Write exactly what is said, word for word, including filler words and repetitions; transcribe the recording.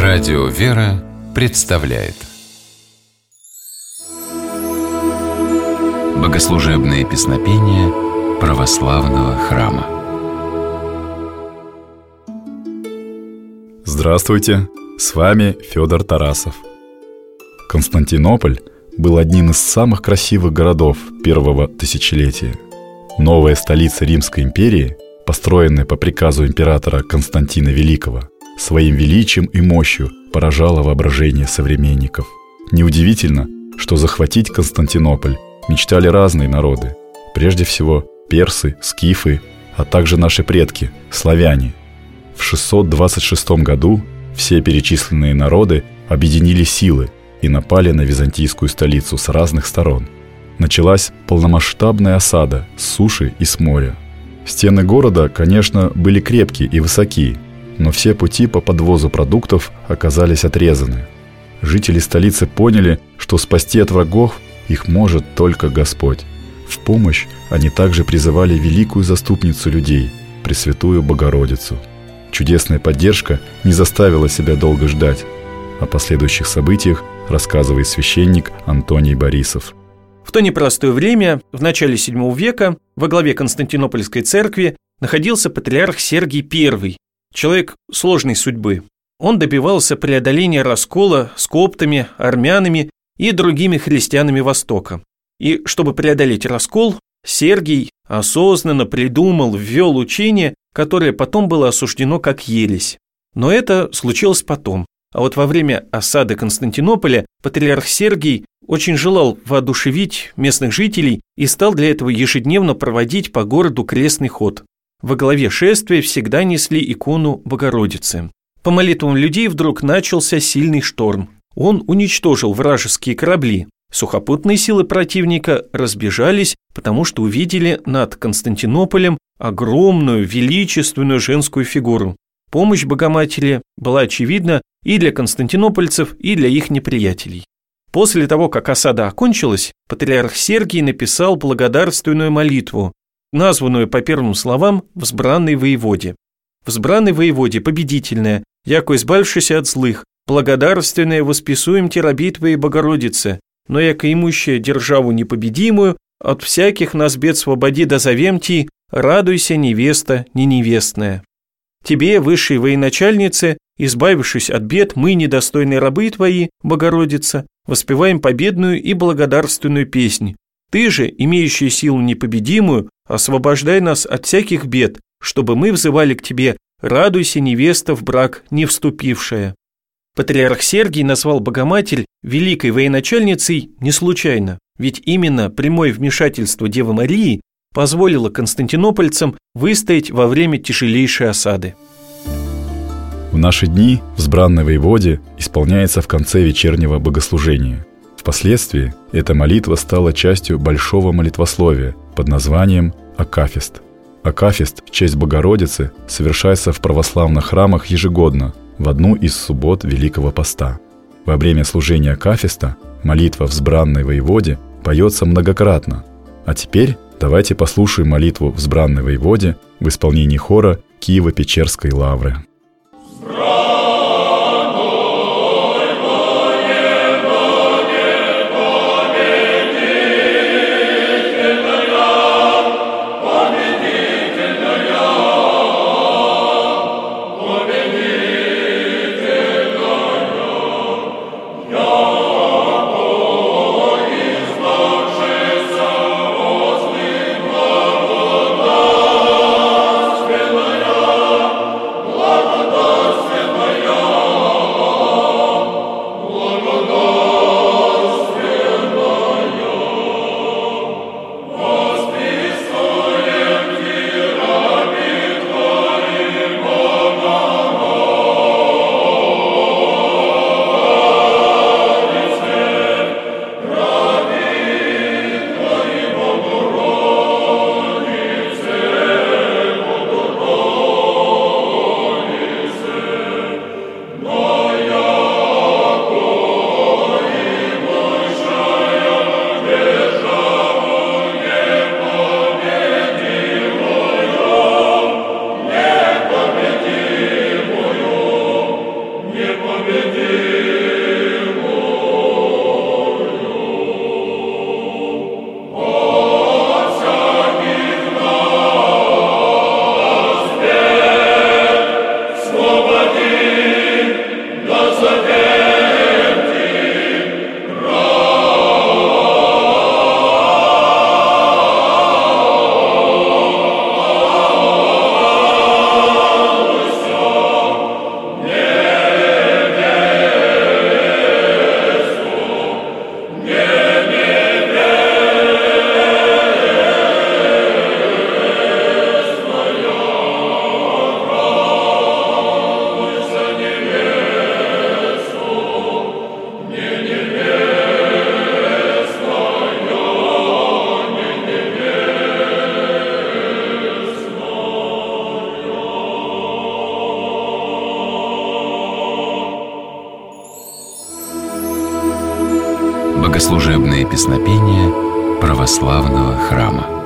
Радио «Вера» представляет богослужебные песнопения православного храма. Здравствуйте, с вами Федор Тарасов. Константинополь был одним из самых красивых городов первого тысячелетия. Новая столица Римской империи, построенная по приказу императора Константина Великого, своим величием и мощью поражала воображение современников. Неудивительно, что захватить Константинополь мечтали разные народы. Прежде всего персы, скифы, а также наши предки, славяне. В шестьсот двадцать шестом году все перечисленные народы объединили силы и напали на византийскую столицу с разных сторон. Началась полномасштабная осада с суши и с моря. Стены города, конечно, были крепкие и высокие, но все пути по подвозу продуктов оказались отрезаны. Жители столицы поняли, что спасти от врагов их может только Господь. В помощь они также призывали великую заступницу людей, Пресвятую Богородицу. Чудесная поддержка не заставила себя долго ждать. О последующих событиях рассказывает священник Антоний Борисов. В то непростое время, в начале седьмого века, во главе Константинопольской церкви находился патриарх Сергий Первый, человек сложной судьбы. Он добивался преодоления раскола с коптами, армянами и другими христианами Востока. И чтобы преодолеть раскол, Сергий осознанно придумал, ввел учение, которое потом было осуждено как ересь. Но это случилось потом. А вот во время осады Константинополя патриарх Сергий очень желал воодушевить местных жителей и стал для этого ежедневно проводить по городу крестный ход. Во главе шествия всегда несли икону Богородицы. По молитвам людей вдруг начался сильный шторм. Он уничтожил вражеские корабли. Сухопутные силы противника разбежались, потому что увидели над Константинополем огромную, величественную женскую фигуру. Помощь Богоматери была очевидна и для константинопольцев, и для их неприятелей. После того, как осада окончилась, патриарх Сергий написал благодарственную молитву, названную по первым словам «Взбранный воеводе». «Взбранный воеводе, победительная, яко избавившийся от злых, благодарственная восписуем те раби Твоей Богородице, но яко имущая державу непобедимую, от всяких нас бед свободи дозовем Ти, радуйся, невеста не невестная. Тебе, высшей военачальнице, избавившись от бед, мы, недостойные рабы Твои, Богородица, воспеваем победную и благодарственную песнь. Ты же, имеющая силу непобедимую, освобождай нас от всяких бед, чтобы мы взывали к Тебе, радуйся, невеста в брак не вступившая». Патриарх Сергий назвал Богоматерь великой военачальницей не случайно, ведь именно прямое вмешательство Девы Марии позволило константинопольцам выстоять во время тяжелейшей осады. В наши дни «Взбранный воеводе» исполняется в конце вечернего богослужения. Впоследствии эта молитва стала частью большого молитвословия под названием «Акафист». Акафист в честь Богородицы совершается в православных храмах ежегодно в одну из суббот Великого Поста. Во время служения Акафиста молитва «Взбранный воеводе» поется многократно. А теперь давайте послушаем молитву «Взбранный воеводе» в исполнении хора Киево-Печерской лавры. Lord. Богослужебные песнопения православного храма.